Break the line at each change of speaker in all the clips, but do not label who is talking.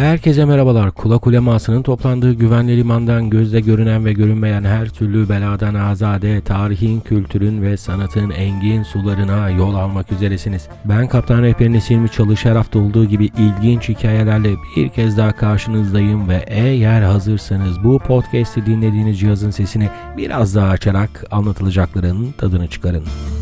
Herkese merhabalar. Kulak ulemasının toplandığı güvenli limandan gözle görünen ve görünmeyen her türlü beladan azade, tarihin, kültürün ve sanatın engin sularına yol almak üzeresiniz. Ben Kaptan Rehberiniz Hilmi Çalış, her hafta olduğu gibi ilginç hikayelerle bir kez daha karşınızdayım ve eğer hazırsanız bu podcast'i dinlediğiniz cihazın sesini biraz daha açarak anlatılacakların tadını çıkarın.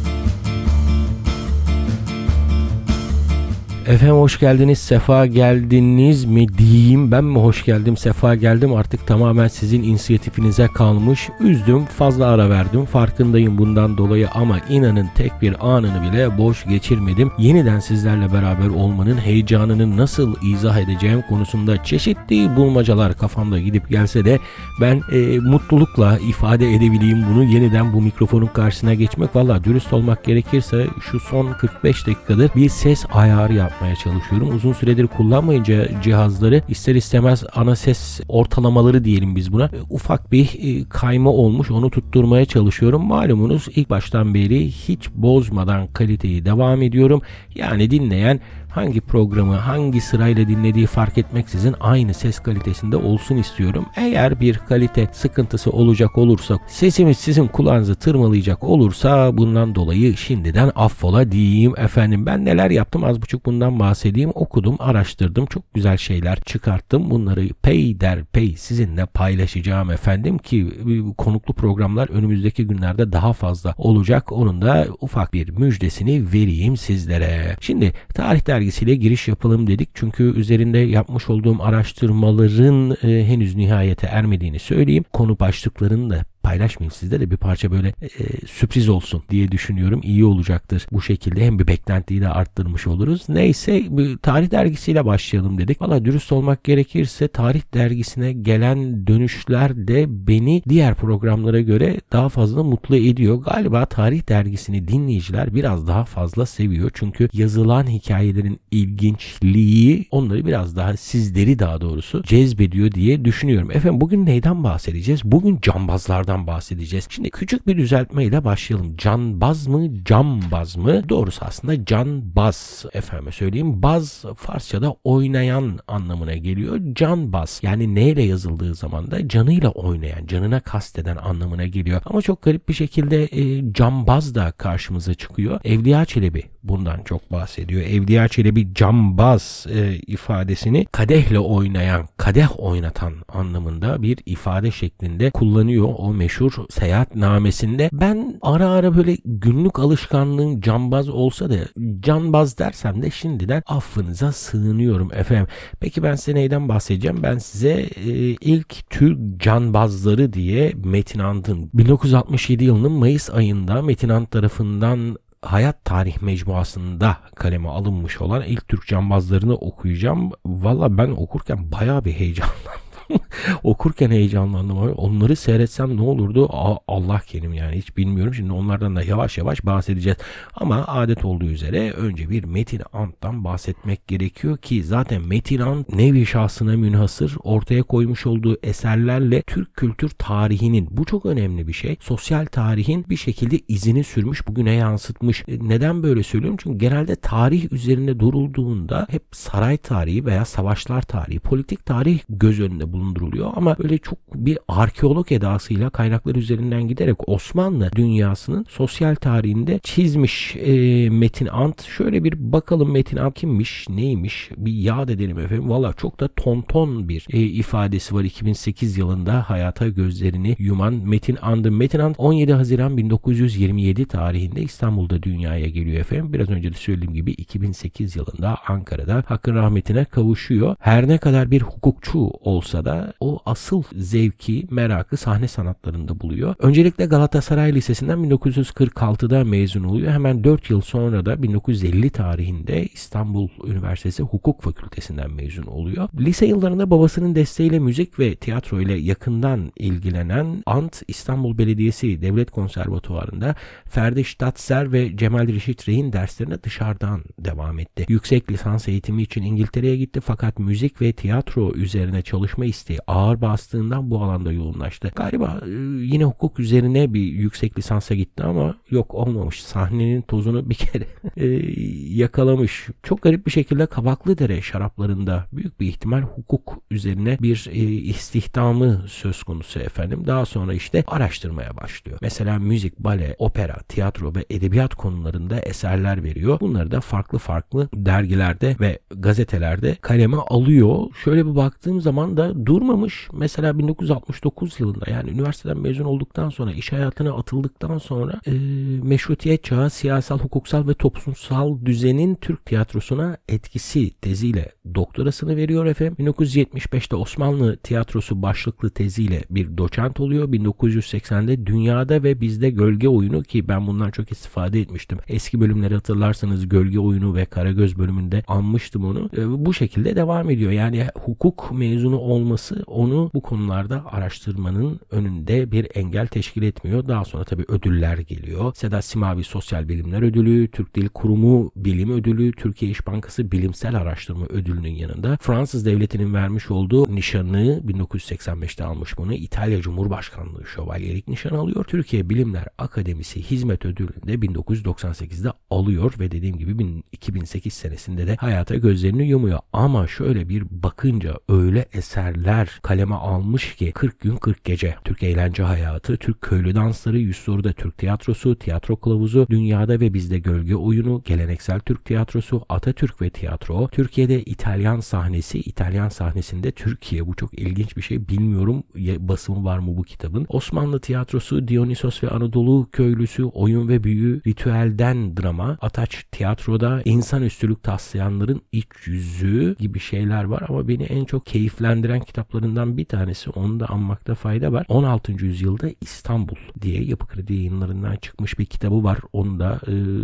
Efendim hoş geldiniz, sefa geldiniz mi diyeyim, ben mi hoş geldim, sefa geldim, artık tamamen sizin inisiyatifinize kalmış. Üzdüm, fazla ara verdim, farkındayım bundan dolayı ama inanın tek bir anını bile boş geçirmedim. Yeniden sizlerle beraber olmanın heyecanını nasıl izah edeceğim konusunda çeşitli bulmacalar kafamda gidip gelse de ben mutlulukla ifade edebileyim bunu. Yeniden bu mikrofonun karşısına geçmek, valla dürüst olmak gerekirse şu son 45 dakikadır bir ses ayarı yapmaya çalışıyorum. Uzun süredir kullanmayınca cihazları ister istemez ana ses ortalamaları diyelim biz buna, ufak bir kayma olmuş, onu tutturmaya çalışıyorum. Malumunuz ilk baştan beri hiç bozmadan kaliteyi devam ediyorum. Yani dinleyen hangi programı hangi sırayla dinlediği fark etmeksizin aynı ses kalitesinde olsun istiyorum. Eğer bir kalite sıkıntısı olacak olursa, sesimiz sizin kulağınızı tırmalayacak olursa bundan dolayı şimdiden affola diyeyim efendim. Ben neler yaptım az buçuk bundan bahsedeyim. Okudum, araştırdım, çok güzel şeyler çıkarttım. Bunları peyderpey sizinle paylaşacağım efendim ki konuklu programlar önümüzdeki günlerde daha fazla olacak. Onun da ufak bir müjdesini vereyim sizlere. Şimdi tarih dergisiyle giriş yapalım dedik. Çünkü üzerinde yapmış olduğum araştırmaların henüz nihayete ermediğini söyleyeyim. Konu başlıklarını da paylaşmayayım sizde de bir parça böyle sürpriz olsun diye düşünüyorum. İyi olacaktır. Bu şekilde hem bir beklentiyi de arttırmış oluruz. Neyse, tarih dergisiyle başlayalım dedik. Valla dürüst olmak gerekirse tarih dergisine gelen dönüşler de beni diğer programlara göre daha fazla mutlu ediyor. Galiba tarih dergisini dinleyiciler biraz daha fazla seviyor. Çünkü yazılan hikayelerin ilginçliği onları biraz daha, sizleri daha doğrusu cezbediyor diye düşünüyorum. Efendim bugün neyden bahsedeceğiz? Bugün cambazlardan bahsedeceğiz. Şimdi küçük bir düzeltmeyle başlayalım. Canbaz mı, cambaz mı? Doğrusu aslında canbaz. Efendime söyleyeyim, baz Farsçada oynayan anlamına geliyor. Canbaz yani neyle yazıldığı zaman da canıyla oynayan, canına kasteden anlamına geliyor. Ama çok garip bir şekilde cambaz da karşımıza çıkıyor. Evliya Çelebi bundan çok bahsediyor. Evliya Çelebi cambaz ifadesini kadehle oynayan, kadeh oynatan anlamında bir ifade şeklinde kullanıyor o meşhur seyahatnamesinde. Ben ara ara böyle günlük alışkanlığım cambaz olsa da canbaz dersem de şimdiden affınıza sığınıyorum efendim. Peki ben size neyden bahsedeceğim? Ben size ilk Türk canbazları diye Metin Ant'ın 1967 yılının Mayıs ayında Metin Ant tarafından Hayat Tarih Mecmuası'nda kaleme alınmış olan ilk Türk cambazlarını okuyacağım. Valla ben okurken bayağı bir heyecanlandım. Okurken heyecanlandım. Onları seyretsem ne olurdu? Allah kerim, yani hiç bilmiyorum. Şimdi onlardan da yavaş yavaş bahsedeceğiz. Ama adet olduğu üzere önce bir Metin Ant'tan bahsetmek gerekiyor ki zaten Metin Ant nevi şahsına münhasır ortaya koymuş olduğu eserlerle Türk kültür tarihinin, bu çok önemli bir şey, sosyal tarihin bir şekilde izini sürmüş, bugüne yansıtmış. Neden böyle söylüyorum? Çünkü genelde tarih üzerinde durulduğunda hep saray tarihi veya savaşlar tarihi, politik tarih göz önünde bulunduruluyor ama böyle çok bir arkeolog edasıyla kaynaklar üzerinden giderek Osmanlı dünyasının sosyal tarihinde çizmiş Metin Ant. Şöyle bir bakalım Metin Ant kimmiş, neymiş, bir yad edelim efendim. Valla çok da tonton bir ifadesi var. 2008 yılında hayata gözlerini yuman Metin Ant'ın. Metin Ant 17 Haziran 1927 tarihinde İstanbul'da dünyaya geliyor efendim. Biraz önce de söylediğim gibi 2008 yılında Ankara'da hakkın rahmetine kavuşuyor. Her ne kadar bir hukukçu olsa da o asıl zevki, merakı sahne sanatlarında buluyor. Öncelikle Galatasaray Lisesi'nden 1946'da mezun oluyor. Hemen 4 yıl sonra da 1950 tarihinde İstanbul Üniversitesi Hukuk Fakültesinden mezun oluyor. Lise yıllarında babasının desteğiyle müzik ve tiyatro ile yakından ilgilenen Ant, İstanbul Belediyesi Devlet Konservatuvarı'nda Ferdi Statzer ve Cemal Reşit Rey'in derslerine dışarıdan devam etti. Yüksek lisans eğitimi için İngiltere'ye gitti fakat müzik ve tiyatro üzerine çalışma isteği ağır bastığından bu alanda yoğunlaştı. Galiba yine hukuk üzerine bir yüksek lisansa gitti ama yok, olmamış. Sahnenin tozunu bir kere yakalamış. Çok garip bir şekilde Kabaklıdere şaraplarında büyük bir ihtimal hukuk üzerine bir istihdamı söz konusu efendim. Daha sonra işte araştırmaya başlıyor. Mesela müzik, bale, opera, tiyatro ve edebiyat konularında eserler veriyor. Bunları da farklı dergilerde ve gazetelerde kaleme alıyor. Şöyle bir baktığım zaman da durmamış. Mesela 1969 yılında, yani üniversiteden mezun olduktan sonra, iş hayatına atıldıktan sonra meşrutiyet çağı, siyasal, hukuksal ve toplumsal düzenin Türk tiyatrosuna etkisi teziyle doktorasını veriyor efendim. 1975'te Osmanlı tiyatrosu başlıklı teziyle bir doçent oluyor. 1980'de Dünyada ve Bizde Gölge Oyunu, ki ben bundan çok istifade etmiştim. Eski bölümleri hatırlarsanız Gölge Oyunu ve Karagöz bölümünde anmıştım onu. Bu şekilde devam ediyor. Yani hukuk mezunu olması onu bu konularda araştırmanın önünde bir engel teşkil etmiyor. Daha sonra tabii ödüller geliyor. Sedat Simavi Sosyal Bilimler Ödülü, Türk Dil Kurumu Bilim Ödülü, Türkiye İş Bankası Bilimsel Araştırma Ödülü'nün yanında Fransız Devleti'nin vermiş olduğu nişanı, 1985'te almış bunu. İtalya Cumhurbaşkanlığı şövalyelik nişanı alıyor. Türkiye Bilimler Akademisi Hizmet Ödülü'nü de 1998'de alıyor ve dediğim gibi 2008 senesinde de hayata gözlerini yumuyor. Ama şöyle bir bakınca öyle eserler kaleme almış ki 40 gün 40 gece, Türk eğlence hayatı, Türk köylü dansları, 100 soruda Türk tiyatrosu, tiyatro kılavuzu, Dünyada ve Bizde Gölge Oyunu, geleneksel Türk tiyatrosu, Atatürk ve tiyatro, Türkiye'de İtalyan sahnesi, İtalyan sahnesinde Türkiye, bu çok ilginç bir şey, bilmiyorum basımı var mı bu kitabın, Osmanlı tiyatrosu, Dionysos ve Anadolu köylüsü, oyun ve büyü, ritüelden drama, Ataç tiyatroda insanüstülük taslayanların iç yüzü gibi şeyler var ama beni en çok keyiflendiren kitaplarından bir tanesi, onu da anmakta fayda var. 16. yüzyılda İstanbul diye Yapı Kredi Yayınları'ndan çıkmış bir kitabı var. Onu da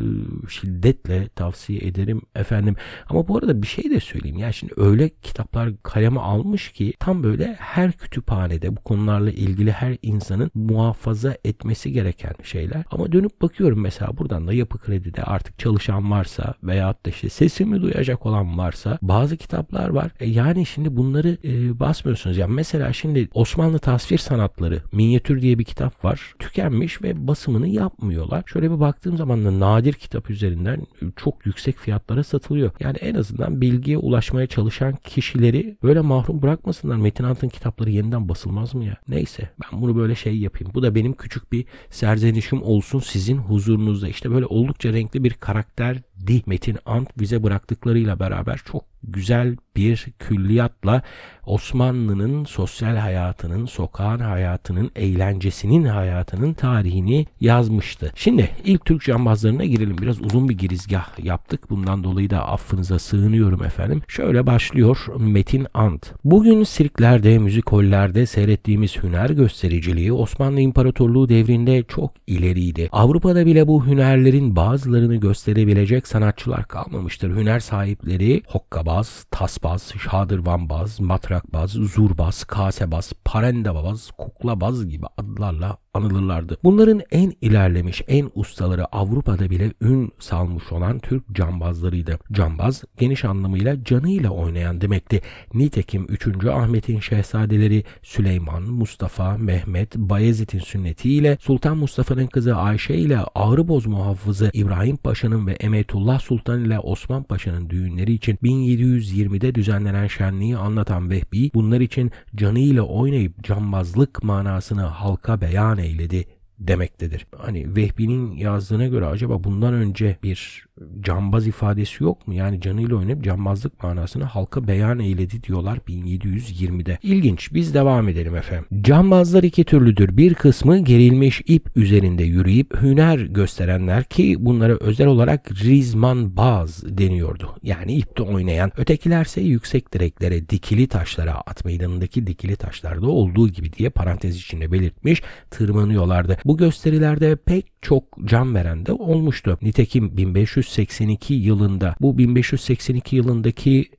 şiddetle tavsiye ederim efendim. Ama bu arada bir şey de söyleyeyim. Ya şimdi öyle kitaplar kaleme almış ki tam böyle her kütüphanede bu konularla ilgili her insanın muhafaza etmesi gereken şeyler. Ama dönüp bakıyorum mesela buradan da Yapı Kredi'de artık çalışan varsa veyahut da işte sesimi duyacak olan varsa bazı kitaplar var. Yani şimdi bunları basmıyorsunuz. Yani mesela şimdi Osmanlı Tasvir Sanatları Minyatür diye bir kitap var. Tükenmiş ve basımını yapmıyorlar. Şöyle bir baktığım zaman da nadir kitap üzerinden çok yüksek fiyatlara satılıyor. Yani en azından bilgiye ulaşmaya çalışan kişileri böyle mahrum bırakmasınlar. Metin Ant'ın kitapları yeniden basılmaz mı ya? Neyse, ben bunu böyle şey yapayım. Bu da benim küçük bir serzenişim olsun sizin huzurunuzda. İşte böyle oldukça renkli bir karakterdi Metin Ant, bize bıraktıklarıyla beraber çok güzel bir külliyatla Osmanlı'nın sosyal hayatının, sokağın hayatının, eğlencesinin hayatının tarihini yazmıştı. Şimdi ilk Türk cambazlarına girelim. Biraz uzun bir girizgah yaptık. Bundan dolayı da affınıza sığınıyorum efendim. Şöyle başlıyor Metin Ant. Bugün sirklerde, müzikollerde seyrettiğimiz hüner göstericiliği Osmanlı İmparatorluğu devrinde çok ileriydi. Avrupa'da bile bu hünerlerin bazılarını gösterebilecek sanatçılar kalmamıştır. Hüner sahipleri hokkabaz, tasbaz, şadırvanbaz, matrakbaz, zurbaz, kasebaz, parendabaz, kuklabaz gibi adlarla anılırlardı. Bunların en ilerlemiş, en ustaları Avrupa'da bile ün salmış olan Türk cambazlarıydı. Cambaz, geniş anlamıyla canıyla oynayan demekti. Nitekim 3. Ahmet'in şehzadeleri Süleyman, Mustafa, Mehmet, Bayezid'in sünnetiyle Sultan Mustafa'nın kızı Ayşe ile Ağrıboz muhafızı İbrahim Paşa'nın ve Emetullah Sultan ile Osman Paşa'nın düğünleri için 1720'de düzenlenen şenliği anlatan Vehbi, bunlar için canıyla oynayıp cambazlık manasını halka beyan eyledi demektedir. Hani Vehbi'nin yazdığına göre acaba bundan önce bir cambaz ifadesi yok mu? Yani canıyla oynayıp cambazlık manasını halka beyan eyledi diyorlar 1720'de. İlginç. Biz devam edelim efendim. Cambazlar iki türlüdür. Bir kısmı gerilmiş ip üzerinde yürüyüp hüner gösterenler, ki bunlara özel olarak rizmanbaz deniyordu. Yani ipte oynayan. Ötekilerse yüksek direklere, dikili taşlara, at meydanındaki dikili taşlarda olduğu gibi diye parantez içinde belirtmiş, tırmanıyorlardı. Bu gösterilerde pek çok can veren de olmuştu. Nitekim 1582 yılında, bu 1582 yılındaki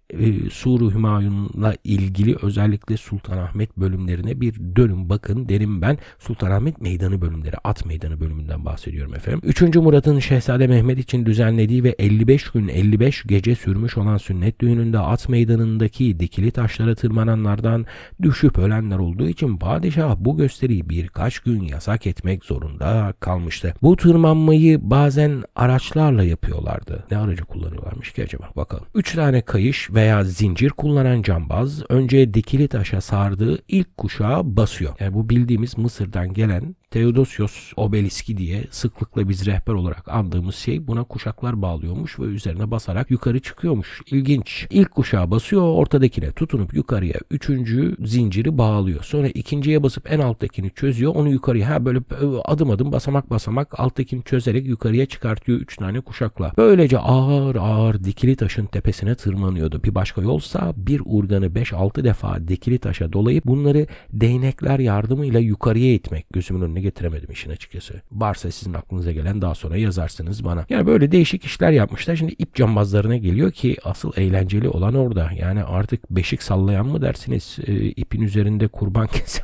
Sur-u Hümayun'la ilgili özellikle Sultanahmet bölümlerine bir dönün bakın derim ben. Sultanahmet Meydanı bölümleri, At Meydanı bölümünden bahsediyorum efendim. 3. Murat'ın Şehzade Mehmet için düzenlediği ve 55 gün 55 gece sürmüş olan sünnet düğününde At Meydanı'ndaki dikili taşlara tırmananlardan düşüp ölenler olduğu için padişah bu gösteriyi birkaç gün yasak etmek zorunda kalmıştı. Bu tırmanmayı bazen araçlarla yapıyorlardı. Ne aracı kullanıyorlarmış ki acaba? Bakalım. 3 tane kayış veya zincir kullanan cambaz önce dikili taşa sardığı ilk kuşağa basıyor. Yani bu bildiğimiz Mısır'dan gelen Theodosios obeliski diye sıklıkla biz rehber olarak andığımız şey, buna kuşaklar bağlıyormuş ve üzerine basarak yukarı çıkıyormuş. İlginç. İlk kuşağa basıyor, ortadakine tutunup yukarıya 3. zinciri bağlıyor. Sonra ikinciye basıp en alttakini çözüyor. Onu yukarıya böyle adım adım basamak basamak alttakini çözerek yukarıya çıkartıyor 3 tane kuşakla. Böylece ağır ağır dikili taşın tepesine tırmanıyordu. Bir başka yolsa bir urganı 5-6 defa dikili taşa dolayıp bunları değnekler yardımıyla yukarıya itmek. Gözümün önüne getiremedim işin açıkçası. Varsa sizin aklınıza gelen daha sonra yazarsınız bana. Yani böyle değişik işler yapmışlar. Şimdi ip cambazlarına geliyor ki asıl eğlenceli olan orada. Yani artık beşik sallayan mı dersiniz? İpin üzerinde kurban kesen.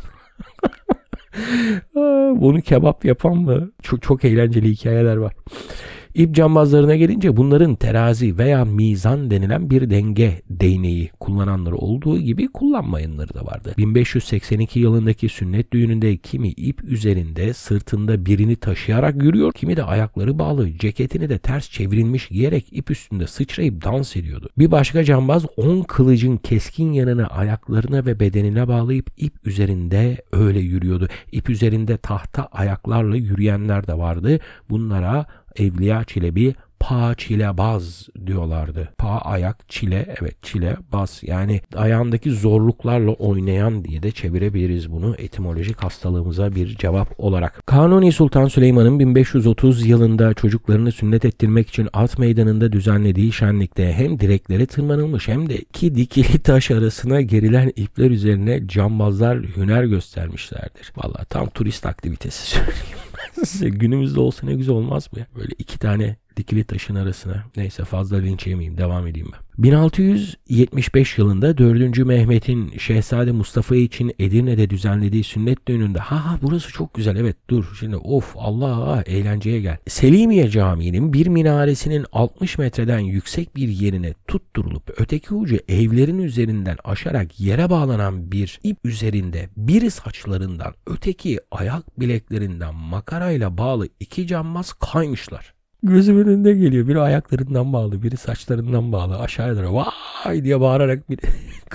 Bunu kebap yapan mı? Çok eğlenceli hikayeler var. İp cambazlarına gelince bunların terazi veya mizan denilen bir denge değneği kullananları olduğu gibi kullanmayanları da vardı. 1582 yılındaki sünnet düğününde kimi ip üzerinde sırtında birini taşıyarak yürüyor, kimi de ayakları bağlı ceketini de ters çevrilmiş giyerek ip üstünde sıçrayıp dans ediyordu. Bir başka cambaz 10 kılıcın keskin yanını ayaklarına ve bedenine bağlayıp ip üzerinde öyle yürüyordu. İp üzerinde tahta ayaklarla yürüyenler de vardı. Bunlara Evliya Çelebi pa çilebaz diyorlardı. Pa ayak, çile, evet çile, baz. Yani ayağındaki zorluklarla oynayan diye de çevirebiliriz bunu etimolojik hastalığımıza bir cevap olarak. Kanuni Sultan Süleyman'ın 1530 yılında çocuklarını sünnet ettirmek için At Meydanı'nda düzenlediği şenlikte hem direklere tırmanılmış hem de iki dikili taş arasına gerilen ipler üzerine cambazlar hüner göstermişlerdir. Vallahi tam turist aktivitesi söyleyeyim. Size günümüzde olsa ne güzel olmaz mı ya? Böyle iki tane dikili taşın arasına. Neyse fazla linç yemeyeyim, devam edeyim ben. 1675 yılında 4. Mehmet'in Şehzade Mustafa için Edirne'de düzenlediği sünnet düğününde burası çok güzel, evet dur şimdi Allah eğlenceye gel. Selimiye Camii'nin bir minaresinin 60 metreden yüksek bir yerine tutturulup öteki ucu evlerin üzerinden aşarak yere bağlanan bir ip üzerinde biri saçlarından öteki ayak bileklerinden makarayla bağlı iki cambaz kaymışlar. Gözümün önünde geliyor. Biri ayaklarından bağlı, biri saçlarından bağlı. Aşağıya doğru vay diye bağırarak biri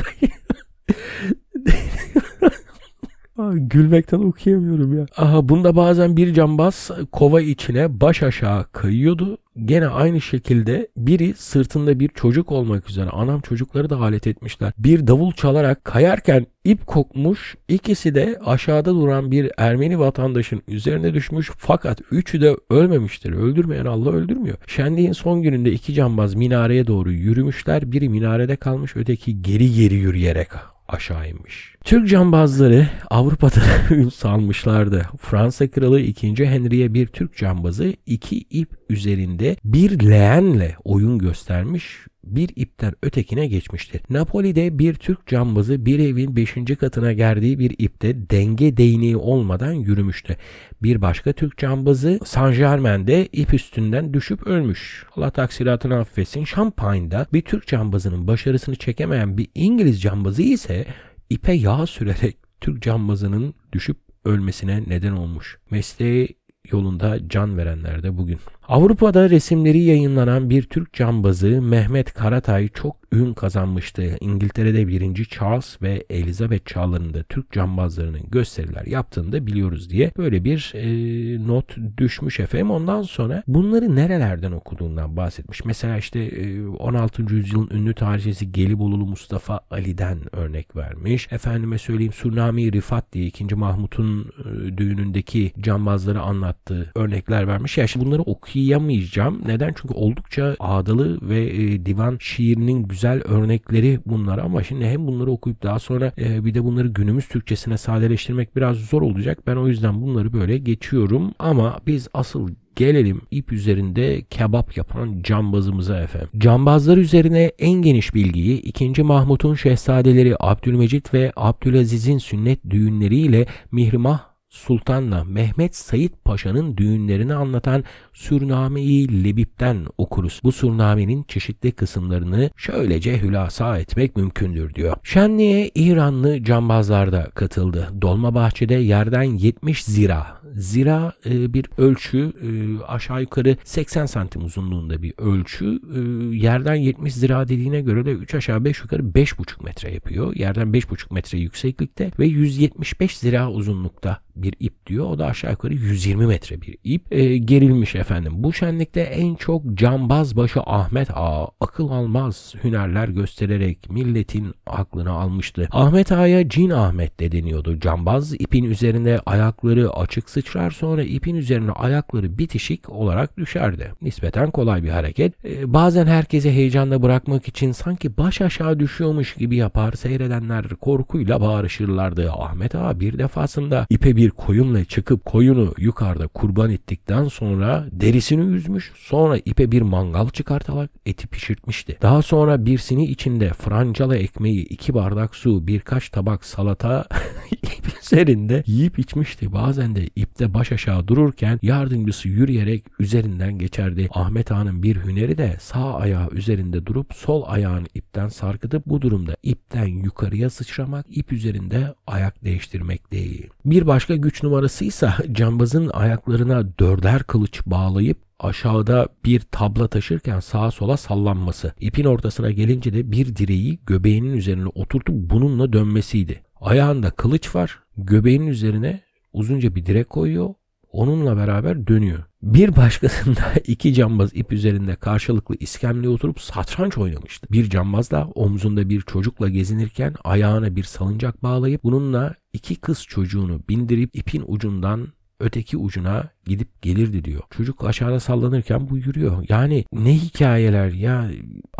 gülmekten okuyamıyorum ya. Bunda bazen bir cambaz kova içine baş aşağı kayıyordu. Gene aynı şekilde biri sırtında bir çocuk olmak üzere, anam çocukları da alet etmişler, bir davul çalarak kayarken ip kopmuş, ikisi de aşağıda duran bir Ermeni vatandaşın üzerine düşmüş, fakat üçü de ölmemiştir. Öldürmeyen Allah öldürmüyor. Şenliğin son gününde iki cambaz minareye doğru yürümüşler. Biri minarede kalmış, öteki geri yürüyerek aşağı inmiş. Türk cambazları Avrupa'da ün salmışlardı. Fransa Kralı 2. Henry'e bir Türk cambazı iki ip üzerinde bir leğenle oyun göstermiş, bir ipten ötekine geçmiştir. Napoli'de bir Türk cambazı bir evin 5. katına gerdiği bir ipte denge değneği olmadan yürümüştü. Bir başka Türk cambazı Saint Germain'de ip üstünden düşüp ölmüş. Allah taksiratını affetsin. Champagne'da bir Türk cambazının başarısını çekemeyen bir İngiliz cambazı ise ipe yağ sürerek Türk cambazının düşüp ölmesine neden olmuş. Mesleği yolunda can verenler de bugün. Avrupa'da resimleri yayınlanan bir Türk cambazı Mehmet Karatay çok ün kazanmıştı. İngiltere'de 1. Charles ve Elizabeth çağlarında Türk cambazlarının gösteriler yaptığını da biliyoruz diye böyle bir not düşmüş efendim. Ondan sonra bunları nerelerden okuduğundan bahsetmiş. Mesela işte 16. yüzyılın ünlü tarihçisi Gelibolulu Mustafa Ali'den örnek vermiş. Efendime söyleyeyim Surnami Rifat diye 2. Mahmut'un düğünündeki cambazları anlattığı örnekler vermiş. Ya şimdi bunları okuyayım okuyamayacağım. Neden? Çünkü oldukça ağdalı ve divan şiirinin güzel örnekleri bunlar ama şimdi hem bunları okuyup daha sonra bir de bunları günümüz Türkçesine sadeleştirmek biraz zor olacak. Ben o yüzden bunları böyle geçiyorum ama biz asıl gelelim ip üzerinde kebap yapan cambazımıza efendim. Cambazlar üzerine en geniş bilgiyi 2. Mahmut'un şehzadeleri Abdülmecit ve Abdülaziz'in sünnet düğünleriyle Mihrimah Sultan'la Mehmet Said Paşa'nın düğünlerini anlatan Surname-i Lebip'ten okuruz. Bu surnamenin çeşitli kısımlarını şöylece hülasa etmek mümkündür diyor. Şenliğe İranlı cambazlar da katıldı. Dolmabahçe'de yerden 70 zira. Zira bir ölçü, aşağı yukarı 80 santim uzunluğunda bir ölçü. Yerden 70 zira dediğine göre de 3 aşağı 5 yukarı 5,5 metre yapıyor. Yerden 5,5 metre yükseklikte ve 175 zira uzunlukta bir ip diyor. O da aşağı yukarı 120 metre bir ip gerilmiş efendim. Bu şenlikte en çok cambaz başı Ahmet Ağa akıl almaz hünerler göstererek milletin aklını almıştı. Ahmet Ağa'ya Cin Ahmet de deniyordu. Cambaz ipin üzerinde ayakları açık sıçrar, sonra ipin üzerine ayakları bitişik olarak düşerdi. Nispeten kolay bir hareket. Bazen herkese heyecanla bırakmak için sanki baş aşağı düşüyormuş gibi yapar. Seyredenler korkuyla bağırışırlardı. Ahmet Ağa bir defasında ipe bir koyunla çıkıp koyunu yukarıda kurban ettikten sonra derisini üzmüş. Sonra ipe bir mangal çıkartarak eti pişirtmişti. Daha sonra bir sini içinde francalı ekmeği, 2 bardak su, birkaç tabak salata ip üzerinde yiyip içmişti. Bazen de ipte baş aşağı dururken yardımcısı yürüyerek üzerinden geçerdi. Ahmet Ağa'nın bir hüneri de sağ ayağı üzerinde durup sol ayağını ipten sarkıtıp bu durumda ipten yukarıya sıçramak, ip üzerinde ayak değiştirmek değil. Bir başka güç numarasıysa cambazın ayaklarına 4'er kılıç bağlayıp aşağıda bir tabla taşırken sağa sola sallanması. İpin ortasına gelince de bir direği göbeğinin üzerine oturtup bununla dönmesiydi. Ayağında kılıç var, göbeğinin üzerine uzunca bir direk koyuyor, onunla beraber dönüyor. Bir başkasında 2 cambaz ip üzerinde karşılıklı iskemleye oturup satranç oynamıştı. Bir cambaz da omzunda bir çocukla gezinirken ayağına bir salıncak bağlayıp bununla 2 kız çocuğunu bindirip ipin ucundan öteki ucuna gidip gelirdi diyor. Çocuk aşağıda sallanırken bu yürüyor. Yani ne hikayeler ya,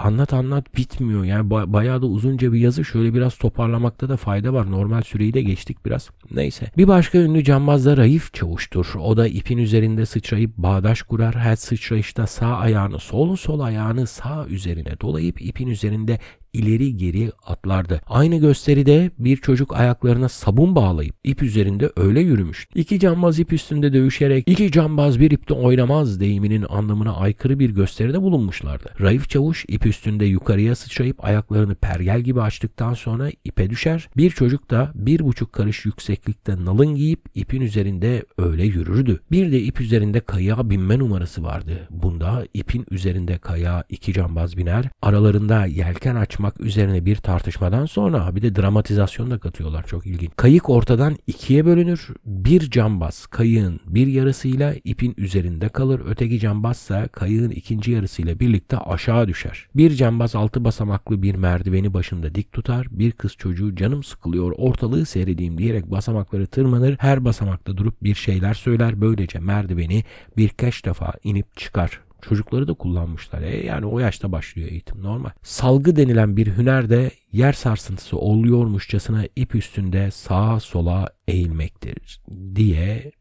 anlat bitmiyor. Yani bayağı da uzunca bir yazı. Şöyle biraz toparlamakta da fayda var. Normal süreyi de geçtik biraz. Neyse. Bir başka ünlü cambaz da Raif Çavuş'tur. O da ipin üzerinde sıçrayıp bağdaş kurar. Her sıçrayışta sağ ayağını sol ayağını sağ üzerine dolayıp ipin üzerinde ileri geri atlardı. Aynı gösteride bir çocuk ayaklarına sabun bağlayıp ip üzerinde öyle yürümüş. 2 cambaz ip üstünde dövüşerek 2 cambaz bir ipte oynamaz deyiminin anlamına aykırı bir gösteride bulunmuşlardı. Raif Çavuş ip üstünde yukarıya sıçrayıp ayaklarını pergel gibi açtıktan sonra ipe düşer. Bir çocuk da 1,5 karış yükseklikte nalın giyip ipin üzerinde öyle yürürdü. Bir de ip üzerinde kayığa binme numarası vardı. Bunda ipin üzerinde kayığa 2 cambaz biner. Aralarında yelken açmak üzerine bir tartışmadan sonra bir de dramatizasyon da katıyorlar. Çok ilginç. Kayık ortadan 2'ye bölünür. Bir cambaz kayığın bir yarısıyla ipin üzerinde kalır. Öteki cambazsa kayığın ikinci yarısıyla birlikte aşağı düşer. Bir cambaz 6 basamaklı bir merdiveni başında dik tutar. Bir kız çocuğu canım sıkılıyor, ortalığı seyredeyim diyerek basamakları tırmanır. Her basamakta durup bir şeyler söyler. Böylece merdiveni birkaç defa inip çıkar. Çocukları da kullanmışlar. Yani o yaşta başlıyor eğitim, normal. Salgı denilen bir hüner de yer sarsıntısı oluyormuşçasına ip üstünde sağa sola eğilmektir diye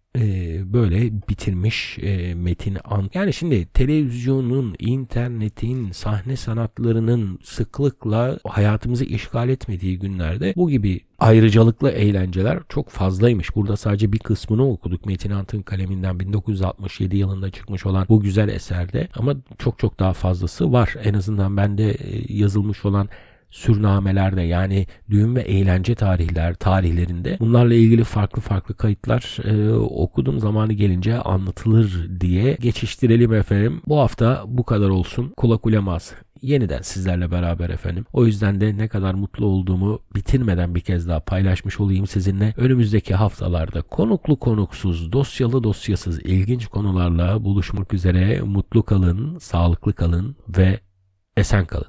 böyle bitirmiş Metin An. Yani şimdi televizyonun, internetin, sahne sanatlarının sıklıkla hayatımızı işgal etmediği günlerde bu gibi ayrıcalıklı eğlenceler çok fazlaymış. Burada sadece bir kısmını okuduk. Metin Ant'ın kaleminden 1967 yılında çıkmış olan bu güzel eserde ama çok daha fazlası var. En azından bende yazılmış olan sürnamelerde, yani düğün ve eğlence tarihlerinde bunlarla ilgili farklı kayıtlar okudum, zamanı gelince anlatılır diye geçiştirelim efendim. Bu hafta bu kadar olsun. Kulak ulemaz. Yeniden sizlerle beraber efendim. O yüzden de ne kadar mutlu olduğumu bitirmeden bir kez daha paylaşmış olayım sizinle. Önümüzdeki haftalarda konuklu konuksuz, dosyalı dosyasız ilginç konularla buluşmak üzere. Mutlu kalın, sağlıklı kalın ve esen kalın.